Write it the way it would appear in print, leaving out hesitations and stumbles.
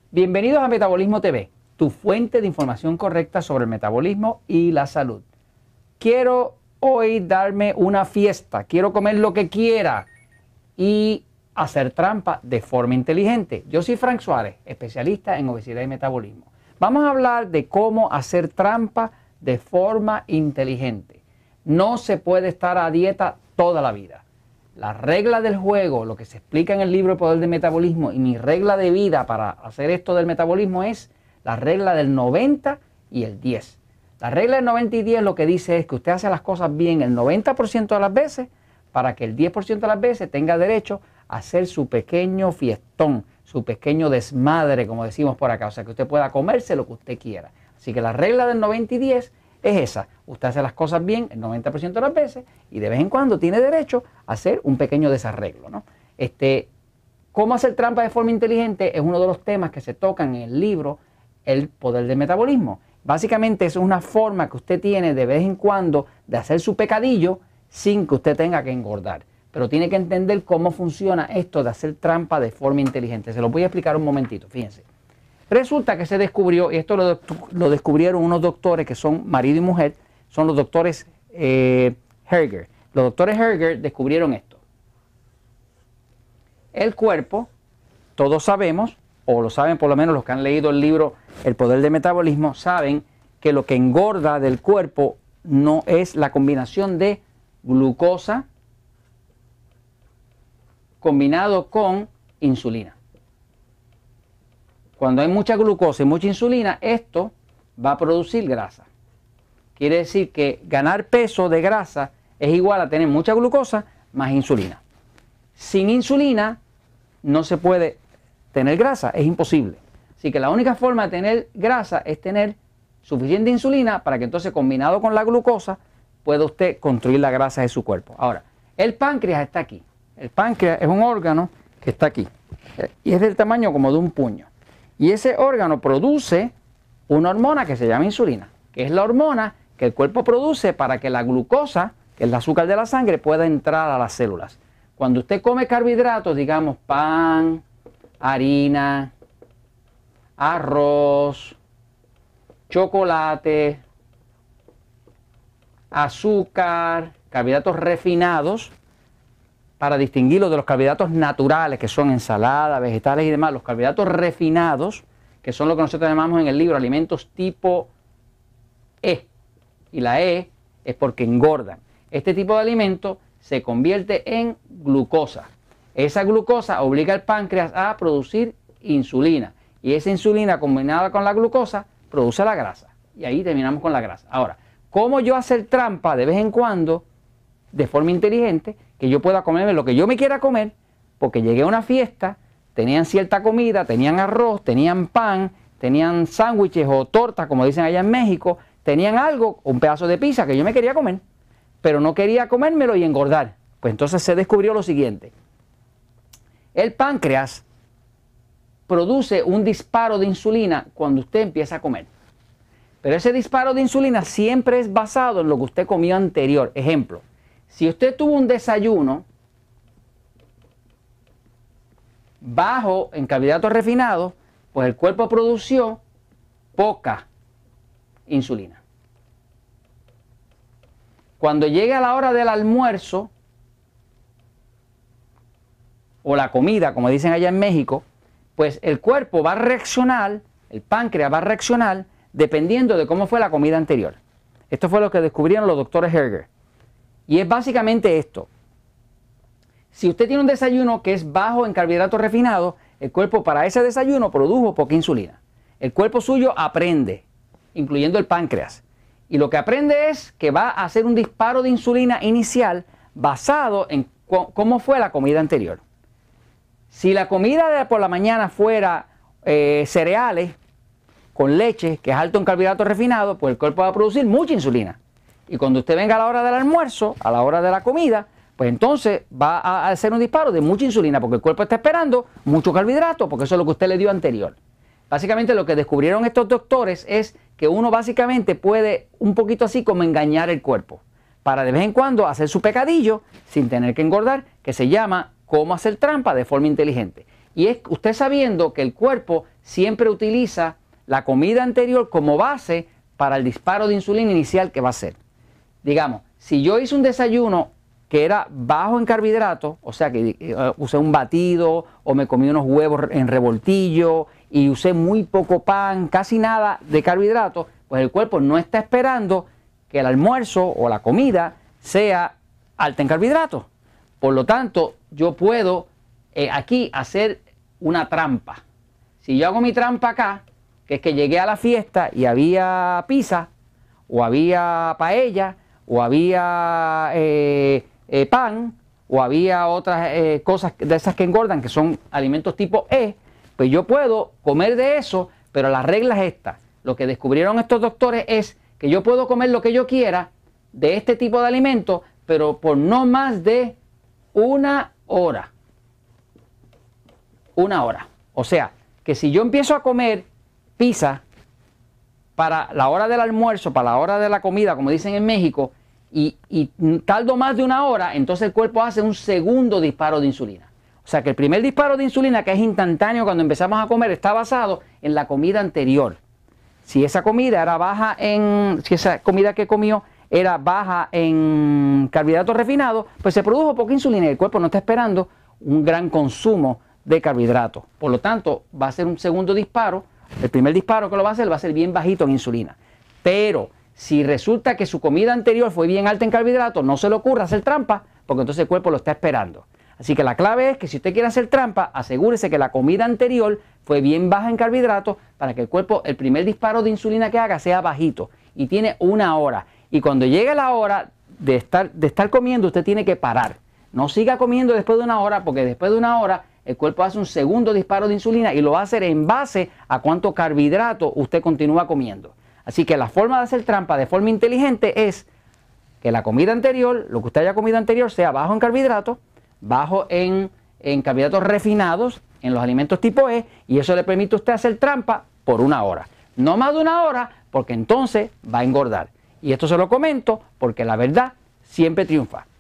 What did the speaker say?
Bienvenidos a Metabolismo TV, tu fuente de información correcta sobre el metabolismo y la salud. Quiero hoy darme una fiesta, quiero comer lo que quiera y hacer trampa de forma inteligente. Yo soy Frank Suárez, especialista en obesidad y metabolismo. Vamos a hablar de cómo hacer trampa de forma inteligente. No se puede estar a dieta toda la vida. La regla del juego, lo que se explica en el libro El Poder del Metabolismo y mi regla de vida para hacer esto del metabolismo es la regla del 90 y el 10. La regla del 90 y 10 lo que dice es que usted hace las cosas bien el 90% de las veces para que el 10% de las veces tenga derecho a hacer su pequeño fiestón, su pequeño desmadre, como decimos por acá. O sea, que usted pueda comerse lo que usted quiera. Así que la regla del 90 y 10 es esa. Usted hace las cosas bien el 90% de las veces y de vez en cuando tiene derecho a hacer un pequeño desarreglo, ¿no? ¿Cómo hacer trampa de forma inteligente? Es uno de los temas que se tocan en el libro El Poder del Metabolismo. Básicamente eso es una forma que usted tiene de vez en cuando de hacer su pecadillo sin que usted tenga que engordar. Pero tiene que entender cómo funciona esto de hacer trampa de forma inteligente. Se lo voy a explicar un momentito, fíjense. Resulta que se descubrió, y esto lo descubrieron unos doctores que son marido y mujer, son los doctores Herger. Los doctores Herger descubrieron esto. El cuerpo, todos sabemos, o lo saben por lo menos los que han leído el libro El Poder del Metabolismo, saben que lo que engorda del cuerpo no es la combinación de glucosa combinado con insulina. Cuando hay mucha glucosa y mucha insulina, esto va a producir grasa. Quiere decir que ganar peso de grasa es igual a tener mucha glucosa más insulina. Sin insulina no se puede tener grasa, es imposible. Así que la única forma de tener grasa es tener suficiente insulina para que entonces combinado con la glucosa pueda usted construir la grasa de su cuerpo. Ahora, el páncreas está aquí. El páncreas es un órgano que está aquí y es del tamaño como de un puño. Y ese órgano produce una hormona que se llama insulina, que es la hormona que el cuerpo produce para que la glucosa, que es el azúcar de la sangre, pueda entrar a las células. Cuando usted come carbohidratos, digamos pan, harina, arroz, chocolate, azúcar, carbohidratos refinados, para distinguirlos de los carbohidratos naturales, que son ensaladas, vegetales y demás, los carbohidratos refinados, que son lo que nosotros llamamos en el libro alimentos tipo E. Y la E es porque engordan. Este tipo de alimento se convierte en glucosa. Esa glucosa obliga al páncreas a producir insulina. Y esa insulina combinada con la glucosa produce la grasa. Y ahí terminamos con la grasa. Ahora, ¿cómo yo hacer trampa de vez en cuando, de forma inteligente, que yo pueda comerme lo que yo me quiera comer, porque llegué a una fiesta, tenían cierta comida, tenían arroz, tenían pan, tenían sándwiches o tortas, como dicen allá en México, tenían algo, un pedazo de pizza que yo me quería comer, pero no quería comérmelo y engordar? Pues entonces se descubrió lo siguiente. El páncreas produce un disparo de insulina cuando usted empieza a comer. Pero ese disparo de insulina siempre es basado en lo que usted comió anterior. Ejemplo, si usted tuvo un desayuno bajo en carbohidratos refinados, pues el cuerpo produció poca insulina. Cuando llegue a la hora del almuerzo o la comida, como dicen allá en México, pues el cuerpo va a reaccionar, el páncreas va a reaccionar dependiendo de cómo fue la comida anterior. Esto fue lo que descubrieron los doctores Herger. Y es básicamente esto. Si usted tiene un desayuno que es bajo en carbohidratos refinados, el cuerpo para ese desayuno produjo poca insulina. El cuerpo suyo aprende, incluyendo el páncreas. Y lo que aprende es que va a hacer un disparo de insulina inicial basado en cómo fue la comida anterior. Si la comida de por la mañana fuera cereales con leche, que es alto en carbohidratos refinados, pues el cuerpo va a producir mucha insulina. Y cuando usted venga a la hora del almuerzo, a la hora de la comida, pues entonces va a hacer un disparo de mucha insulina, porque el cuerpo está esperando mucho carbohidrato, porque eso es lo que usted le dio anterior. Básicamente lo que descubrieron estos doctores es que uno básicamente puede un poquito así como engañar el cuerpo, para de vez en cuando hacer su pecadillo sin tener que engordar, que se llama cómo hacer trampa de forma inteligente. Y es usted sabiendo que el cuerpo siempre utiliza la comida anterior como base para el disparo de insulina inicial que va a hacer. Digamos, si yo hice un desayuno que era bajo en carbohidratos, o sea que usé un batido o me comí unos huevos en revoltillo y usé muy poco pan, casi nada de carbohidratos, pues el cuerpo no está esperando que el almuerzo o la comida sea alta en carbohidratos. Por lo tanto, yo puedo aquí hacer una trampa. Si yo hago mi trampa acá, que es que llegué a la fiesta y había pizza, o había paella, o había pan, o había otras cosas de esas que engordan, que son alimentos tipo E, pues yo puedo comer de eso, pero la regla es esta. Lo que descubrieron estos doctores es que yo puedo comer lo que yo quiera de este tipo de alimentos, pero por no más de una hora. Una hora. O sea, que si yo empiezo a comer pizza para la hora del almuerzo, para la hora de la comida, como dicen en México, y tardo más de una hora, entonces el cuerpo hace un segundo disparo de insulina. O sea que el primer disparo de insulina, que es instantáneo cuando empezamos a comer, está basado en la comida anterior. Si esa comida era baja si esa comida que comió era baja en carbohidratos refinados, pues se produjo poca insulina y el cuerpo no está esperando un gran consumo de carbohidratos. Por lo tanto, va a ser un segundo disparo. El primer disparo que lo va a ser bien bajito en insulina. Pero si resulta que su comida anterior fue bien alta en carbohidratos, no se le ocurra hacer trampa, porque entonces el cuerpo lo está esperando. Así que la clave es que si usted quiere hacer trampa, asegúrese que la comida anterior fue bien baja en carbohidratos para que el cuerpo, el primer disparo de insulina que haga sea bajito. Y tiene una hora. Y cuando llegue la hora de estar comiendo, usted tiene que parar. No siga comiendo después de una hora, porque después de una hora el cuerpo hace un segundo disparo de insulina y lo va a hacer en base a cuánto carbohidrato usted continúa comiendo. Así que la forma de hacer trampa de forma inteligente es que la comida anterior, lo que usted haya comido anterior, sea bajo en carbohidratos, bajo en carbohidratos refinados, en los alimentos tipo E, y eso le permite a usted hacer trampa por una hora. No más de una hora, porque entonces va a engordar. Y esto se lo comento porque la verdad siempre triunfa.